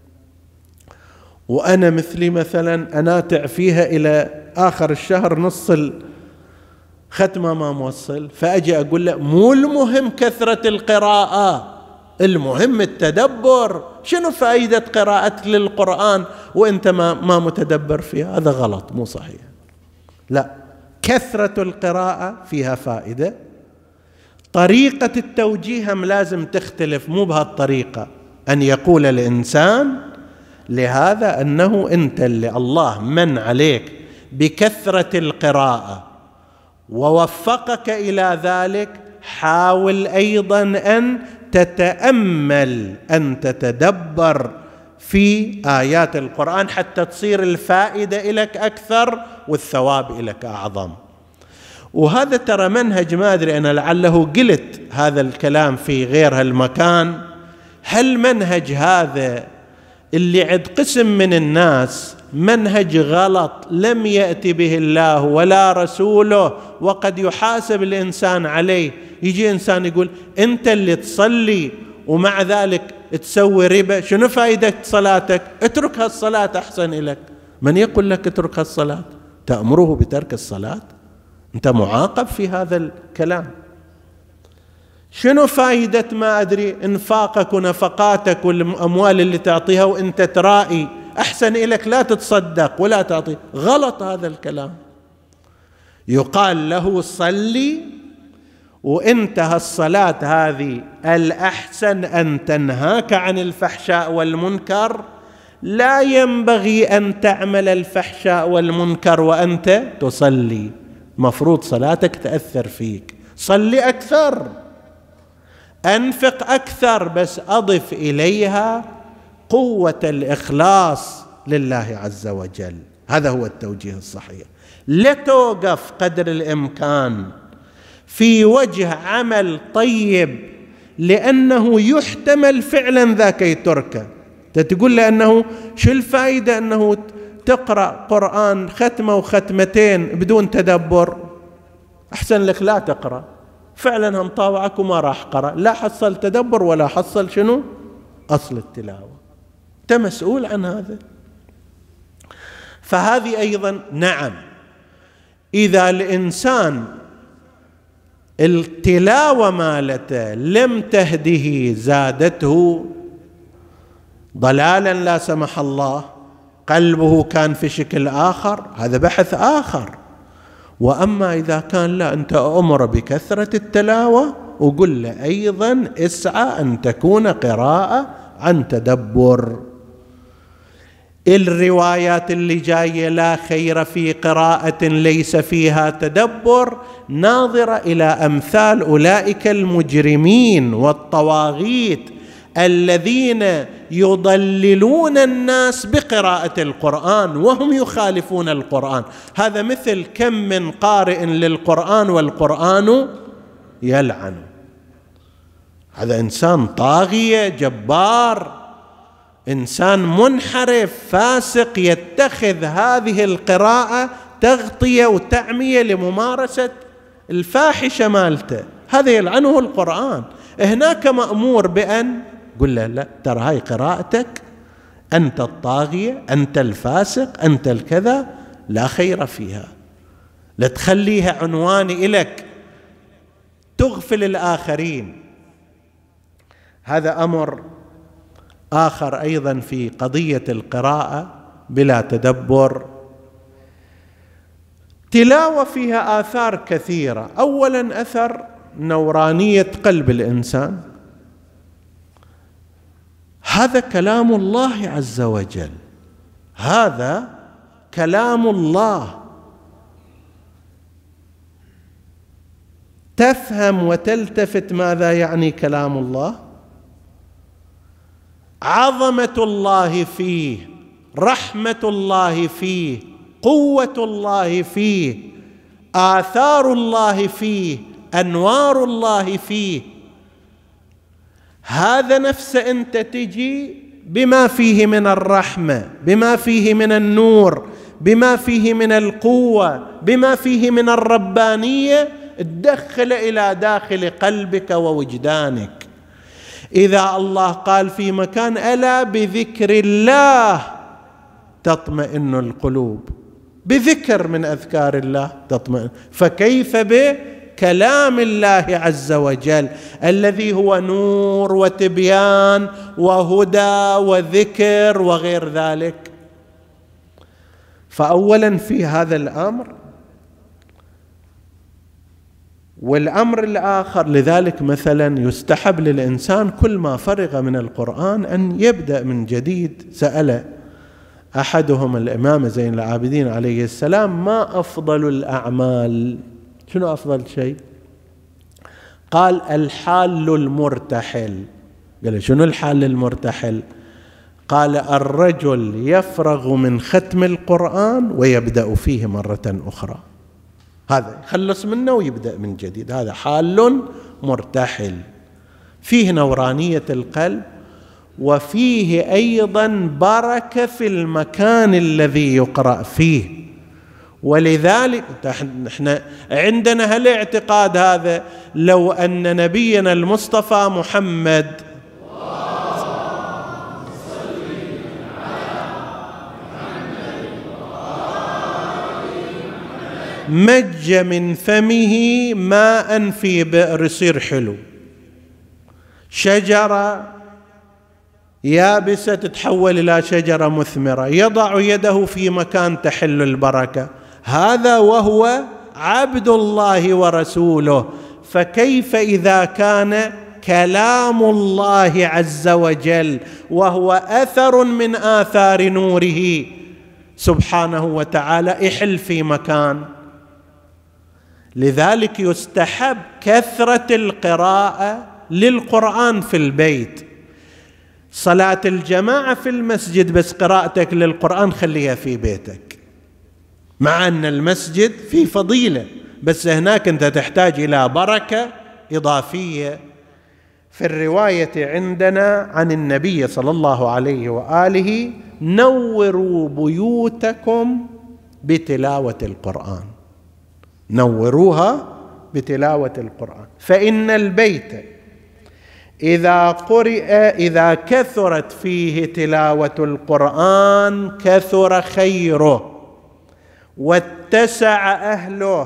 وأنا مثلي مثلا أناتع فيها إلى آخر الشهر نص الختمة ما موصل، فأجي أقول له مو المهم كثرة القراءة، المهم التدبر. شنو فائدة قراءتك للقرآن وأنت ما متدبر فيها؟ هذا غلط، مو صحيح. لا، كثرة القراءة فيها فائدة. طريقة التوجيه هم لازم تختلف، مو بهالطريقة أن يقول الإنسان لهذا أنه أنت اللي الله من عليك بكثرة القراءة ووفقك إلى ذلك، حاول أيضا أن تتأمل، أن تتدبر في آيات القرآن حتى تصير الفائدة لك أكثر والثواب لك أعظم. وهذا ترى منهج، ما أدري أنا لعله قلت هذا الكلام في غير هالمكان. هل منهج هذا اللي عند قسم من الناس منهج غلط لم يأتي به الله ولا رسوله، وقد يحاسب الإنسان عليه. يجي إنسان يقول أنت اللي تصلي ومع ذلك تسوي ربا، شنو فائدة صلاتك؟ اترك هالصلاة أحسن لك. من يقول لك اترك هالصلاة؟ تأمره بترك الصلاة؟ أنت معاقب في هذا الكلام. شنو فائدة ما أدري إنفاقك ونفقاتك والأموال اللي تعطيها وأنت ترائي؟ أحسن إليك لا تتصدق ولا تعطي. غلط هذا الكلام. يقال له صلي، وانتهى الصلاة هذه الأحسن أن تنهاك عن الفحشاء والمنكر. لا ينبغي أن تعمل الفحشاء والمنكر وأنت تصلي. مفروض صلاتك تأثر فيك. صلي أكثر، أنفق أكثر، بس أضف إليها قوة الإخلاص لله عز وجل. هذا هو التوجيه الصحيح. لا توقف قدر الإمكان في وجه عمل طيب لأنه يحتمل فعلا ذاك يتركه. تقول لأنه شو الفائدة أنه تقرأ قرآن ختمة وختمتين بدون تدبر؟ أحسن لك لا تقرأ. فعلا هم طاوعك وما راح قرأ، لا حصل تدبر ولا حصل شنو؟ أصل التلاوة. أنت مسؤول عن هذا. فهذه أيضا نعم، إذا الإنسان التلاوة مالته لم تهده زادته ضلالا لا سمح الله، قلبه كان في شكل آخر، هذا بحث آخر. وأما إذا كان لا، أنت أمر بكثرة التلاوة، وقل له أيضا اسعى أن تكون قراءة عن تدبر. الروايات اللي جاية لا خير في قراءة ليس فيها تدبر ناظرة إلى أمثال أولئك المجرمين والطواغيت الذين يضللون الناس بقراءة القرآن وهم يخالفون القرآن. هذا مثل كم من قارئ للقرآن والقرآن يلعن. هذا إنسان طاغية جبار، إنسان منحرف فاسق يتخذ هذه القراءة تغطية وتعمية لممارسة الفاحشة مالته، هذا يلعنه القرآن. هناك مأمور بأن قل له لا، ترى هاي قراءتك، أنت الطاغية، أنت الفاسق، أنت الكذا، لا خير فيها، لا تخليها عنوان إلك تغفل الآخرين. هذا أمر آخر أيضا في قضية القراءة بلا تدبر. تلاوة فيها آثار كثيرة. أولا أثر نورانية قلب الإنسان، هذا كلام الله عز وجل، هذا كلام الله، تفهم وتلتفت ماذا يعني كلام الله، عظمة الله فيه، رحمة الله فيه، قوة الله فيه، آثار الله فيه، أنوار الله فيه. هذا نفس أنت تجي بما فيه من الرحمة، بما فيه من النور، بما فيه من القوة، بما فيه من الربانية، تدخل إلى داخل قلبك ووجدانك. إذا الله قال في مكان ألا بذكر الله تطمئن القلوب، بذكر من أذكار الله تطمئن، فكيف بكلام الله عز وجل الذي هو نور وتبيان وهدى وذكر وغير ذلك. فأولا في هذا الأمر. والأمر الآخر، لذلك مثلا يستحب للإنسان كل ما فرغ من القرآن أن يبدأ من جديد. سأل أحدهم الإمام زين العابدين عليه السلام: ما أفضل الأعمال؟ شنو أفضل شيء؟ قال: الحال المرتحل. قال: شنو الحال المرتحل؟ قال: الرجل يفرغ من ختم القرآن ويبدأ فيه مرة أخرى، هذا يخلص منه ويبدأ من جديد، هذا حال مرتحل، فيه نورانية القلب، وفيه أيضا بركة في المكان الذي يقرأ فيه. ولذلك نحن عندنا هالاعتقاد هذا، لو أن نبينا المصطفى محمد مج من فمه ماء في بئر يصير حلو، شجرة يابسة تتحول إلى شجرة مثمرة، يضع يده في مكان تحل البركة، هذا وهو عبد الله ورسوله. فكيف إذا كان كلام الله عز وجل وهو أثر من آثار نوره سبحانه وتعالى يحل في مكان؟ لذلك يستحب كثرة القراءة للقرآن في البيت. صلاة الجماعة في المسجد، بس قراءتك للقرآن خليها في بيتك، مع أن المسجد فيه فضيلة، بس هناك أنت تحتاج إلى بركة إضافية. في الرواية عندنا عن النبي صلى الله عليه وآله: نوروا بيوتكم بتلاوة القرآن، نوروها بتلاوة القرآن، فإن البيت إذا كثرت فيه تلاوة القرآن كثر خيره واتسع أهله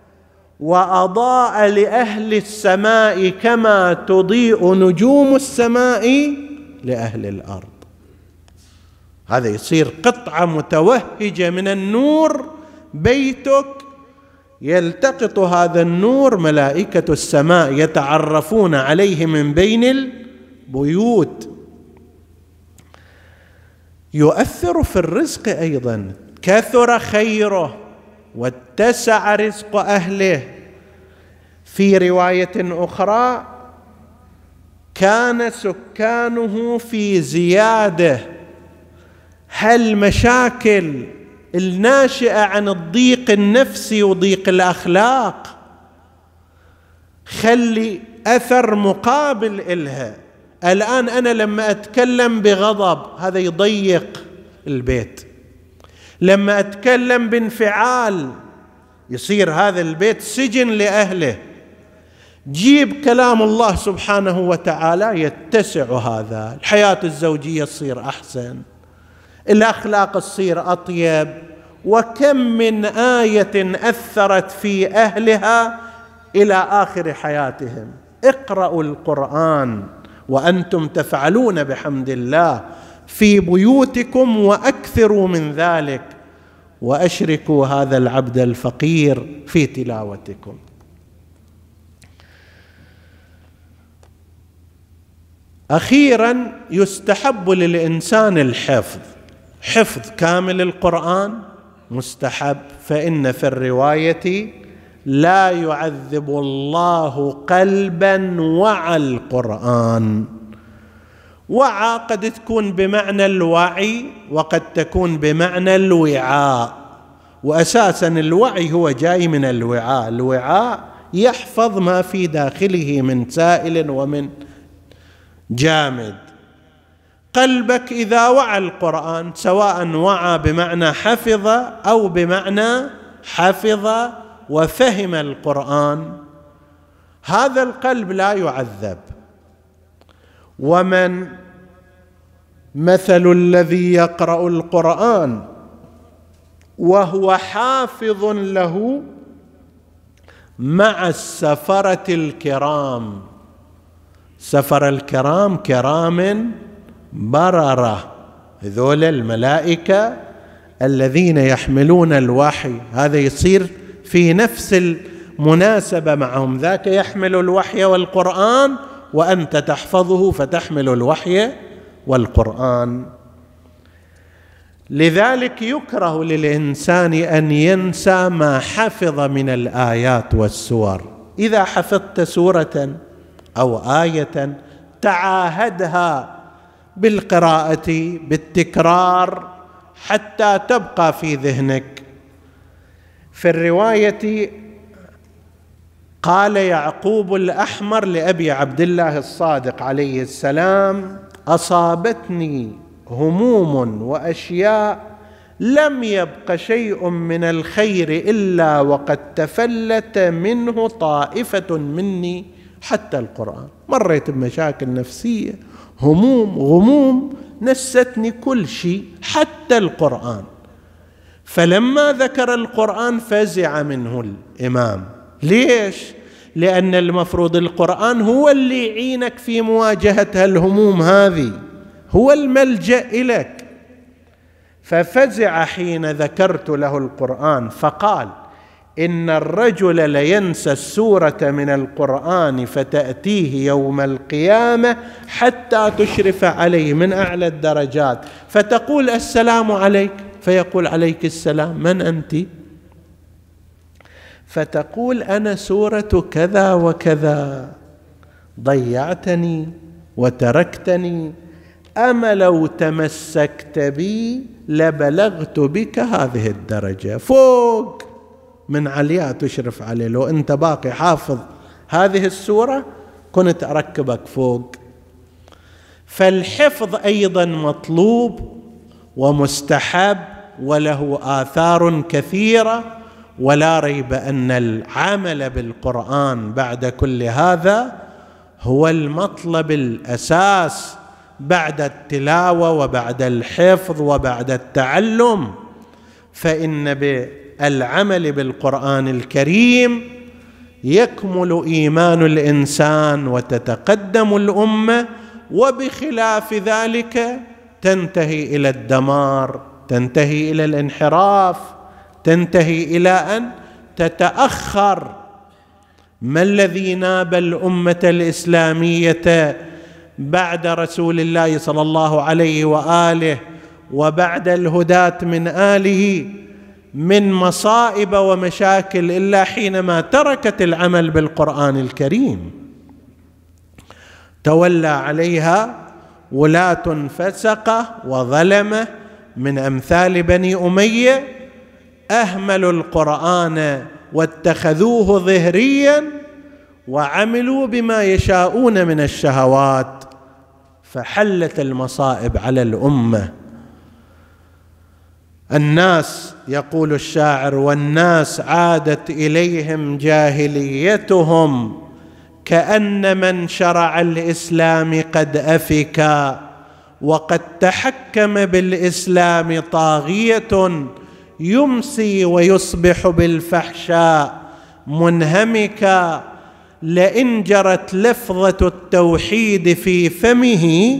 وأضاء لأهل السماء كما تضيء نجوم السماء لأهل الأرض. هذا يصير قطعة متوهجة من النور بيتك، يلتقط هذا النور ملائكة السماء يتعرفون عليه من بين البيوت. يؤثر في الرزق أيضا، كثر خيره واتسع رزق أهله. في رواية أخرى: كان سكانه في زيادة. هل مشاكل الناشئة عن الضيق النفسي وضيق الأخلاق خلي أثر مقابل إلها، الآن أنا لما أتكلم بغضب هذا يضيق البيت، لما أتكلم بانفعال يصير هذا البيت سجن لأهله. جيب كلام الله سبحانه وتعالى يتسع هذا، الحياة الزوجية تصير أحسن، الأخلاق تصير أطيب. وكم من آية أثرت في أهلها إلى آخر حياتهم. اقرأوا القرآن وأنتم تفعلون بحمد الله في بيوتكم، وأكثروا من ذلك، وأشركوا هذا العبد الفقير في تلاوتكم. أخيرا يستحب للإنسان الحفظ، حفظ كامل القرآن مستحب، فإن في الرواية لا يعذب الله قلبا وعى القرآن. وعى قد تكون بمعنى الوعي وقد تكون بمعنى الوعاء، وأساسا الوعي هو جاي من الوعاء، الوعاء يحفظ ما في داخله من سائل ومن جامد. قلبك إذا وعى القرآن، سواء وعى بمعنى حفظ أو بمعنى حفظ وفهم القرآن، هذا القلب لا يعذب. ومن مثل الذي يقرأ القرآن وهو حافظ له مع السفرة الكرام. سفر الكرام كرام بررة، هذول الملائكة الذين يحملون الوحي، هذا يصير في نفس المناسبة معهم، ذاك يحمل الوحي والقرآن وأنت تحفظه فتحمل الوحي والقرآن. لذلك يكره للإنسان أن ينسى ما حفظ من الآيات والسور. إذا حفظت سورة أو آية تعاهدها بالقراءة بالتكرار حتى تبقى في ذهنك. في الرواية قال يعقوب الأحمر لأبي عبد الله الصادق عليه السلام: أصابتني هموم وأشياء لم يبق شيء من الخير إلا وقد تفلت منه طائفة مني حتى القرآن. مريت بمشاكل نفسية، هموم غموم، نستني كل شيء حتى القرآن. فلما ذكر القرآن فزع منه الإمام. ليش؟ لأن المفروض القرآن هو اللي يعينك في مواجهة الهموم هذه، هو الملجأ إليك. ففزع حين ذكرت له القرآن، فقال: إن الرجل لينسى السورة من القرآن فتأتيه يوم القيامة حتى تشرف عليه من أعلى الدرجات، فتقول: السلام عليك، فيقول: عليك السلام، من أنت؟ فتقول: أنا سورة كذا وكذا، ضيعتني وتركتني، أما لو تمسكت بي لبلغت بك هذه الدرجة، فوق من عليا تشرف عليه. لو أنت باقي حافظ هذه السورة كنت أركبك فوق. فالحفظ أيضا مطلوب ومستحب وله آثار كثيرة، ولا ريب أن العمل بالقرآن بعد كل هذا هو المطلب الأساس بعد التلاوة وبعد الحفظ وبعد التعلم. فإن بالعمل بالقرآن الكريم يكمل إيمان الإنسان وتتقدم الأمة، وبخلاف ذلك تنتهي إلى الدمار، تنتهي إلى الانحراف، تنتهي إلى أن تتأخر. ما الذي ناب الأمة الإسلامية بعد رسول الله صلى الله عليه وآله وبعد الهداة من آله من مصائب ومشاكل إلا حينما تركت العمل بالقرآن الكريم. تولى عليها ولاة فسقة وظلمة من أمثال بني أمية، أهملوا القرآن واتخذوه ظهريا وعملوا بما يشاءون من الشهوات. فحلت المصائب على الأمة. الناس، يقول الشاعر، والناس عادت إليهم جاهليتهم كأن من شرع الإسلام قد أفكا، وقد تحكم بالإسلام طاغية يمسي ويصبح بالفحشاء منهمكا. لئن جرت لفظة التوحيد في فمه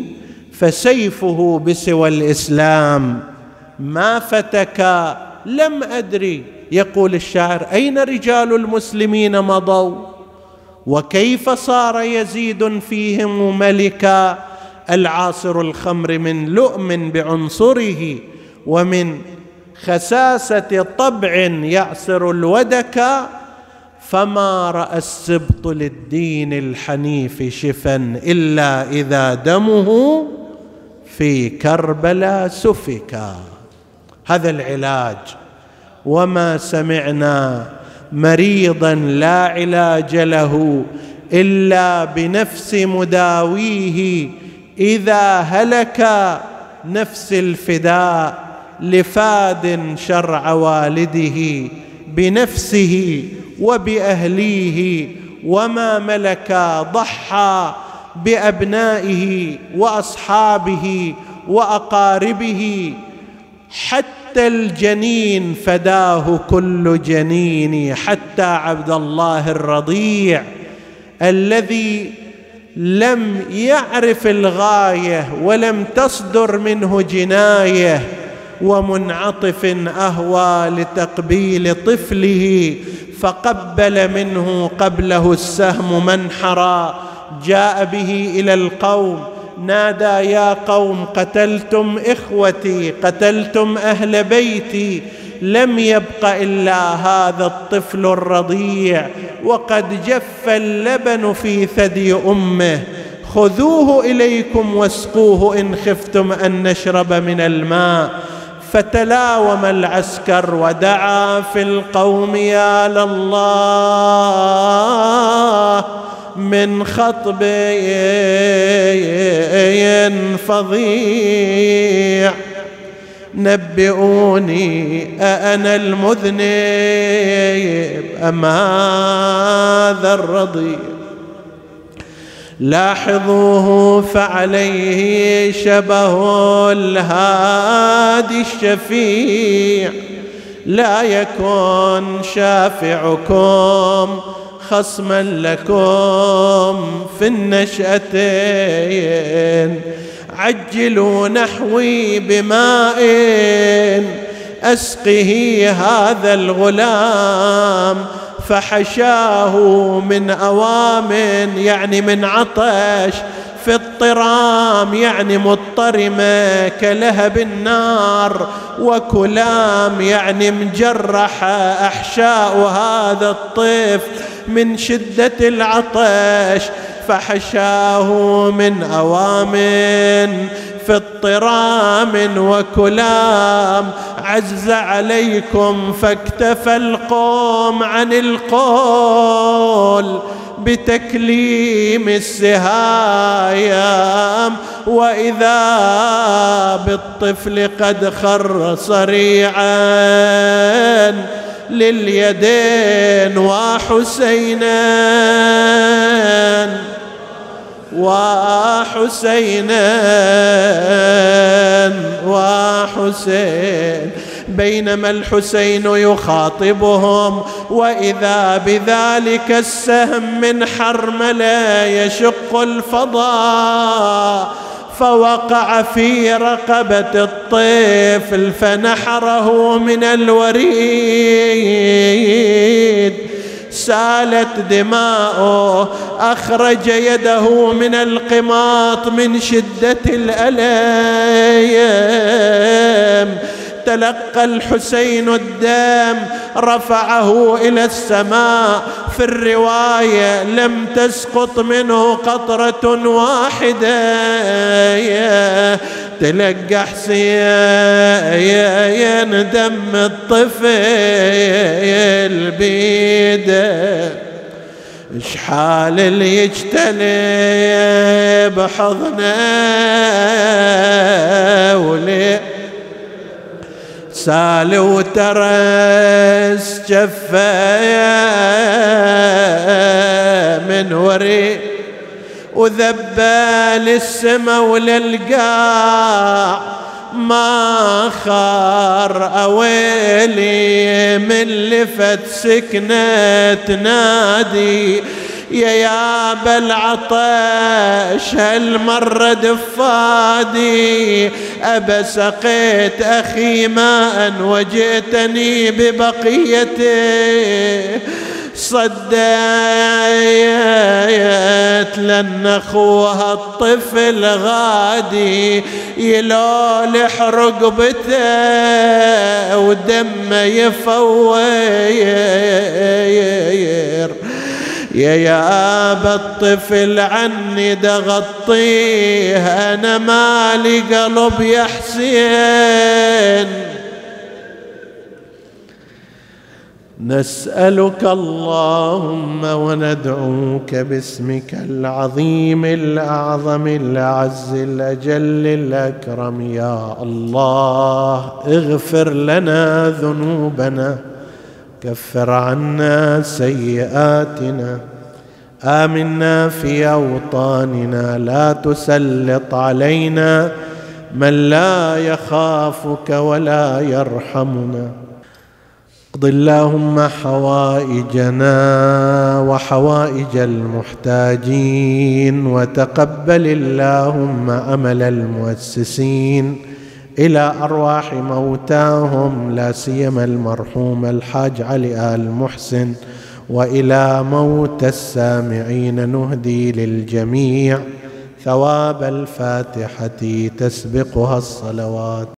فسيفه بسوى الإسلام ما فتكا. لم أدري، يقول الشاعر، أين رجال المسلمين مضوا، وكيف صار يزيد فيهم ملكا. العاصر الخمر من لؤم بعنصره، ومن خساسة طبع يعصر الودكا. فما رأى السبط للدين الحنيف شفا إلا إذا دمه في كربلاء سفكا. هذا العلاج. وما سمعنا مريضا لا علاج له إلا بنفس مداويه، إذا هلك نفس الفداء لفاد شرع والده بنفسه وبأهليه، وما ملك ضحى بأبنائه وأصحابه وأقاربه، حتى الجنين فداه كل جنين، حتى عبد الله الرضيع الذي لم يعرف الغاية ولم تصدر منه جناية، ومنعطف أهوى لتقبيل طفله فقبل منه قبله السهم منحرا. جاء به إلى القوم نادى: يا قوم، قتلتم إخوتي، قتلتم أهل بيتي، لم يبق إلا هذا الطفل الرضيع، وقد جف اللبن في ثدي أمه، خذوه إليكم واسقوه إن خفتم أن نشرب من الماء. فتلاوم العسكر ودعا في القوم: يا لله من خطب فظيع، نبئوني أأنا المذنب أم هذا الرضيع. لاحظوه فعليه شبه الهادي الشفيع، لا يكن شافعكم خصما لكم في النشأتين. عجلوا نحوي بماء أسقه هذا الغلام، فحشاه من أوام يعني من عطش، في الطرام يعني مضطرمة كلهب النار، وكلام يعني مجرح أحشاء هذا الطفل من شدة العطش. فحشاه من أوام في الطرام وكلام، عز عليكم فاكتفى القوم عن القول بتكليم السهايم، وإذا بالطفل قد خر صريعا لليدين وحسين. بينما الحسين يخاطبهم وإذا بذلك السهم من حرملة يشق الفضاء، فوقع في رقبة الطفل فنحره من الوريد، سالت دماؤه، أخرج يده من القماط من شدة الألم. تلقى الحسين الدم رفعه إلى السماء، في الرواية لم تسقط منه قطرة واحدة. تلقى حسين دم الطفل بيده، اشحال اللي يجتلب بحضنه وليه سال وترس جفه من وري وذبى للسما وللقاع ما خار أويلي من لفت سكنة تنادي يا بالعطش هالمرة دفادي أبا سقيت أخي ماء وجئتني ببقيته صديت لأن أخوها الطفل غادي يلولح رقبته ودمه يفوير يا أبا الطفل عني دغطيه أنا مالي قلب يا حسين نسألك اللهم وندعوك باسمك العظيم الأعظم الأعز الأجل الأكرم يا الله اغفر لنا ذنوبنا كفر عنا سيئاتنا آمنا في أوطاننا لا تسلط علينا من لا يخافك ولا يرحمنا اقض اللهم حوائجنا وحوائج المحتاجين وتقبل اللهم أمل المؤسسين إلى أرواح موتاهم لا سيما المرحوم الحاج علي آل محسن وإلى موت السامعين نهدي للجميع ثواب الفاتحة تسبقها الصلوات.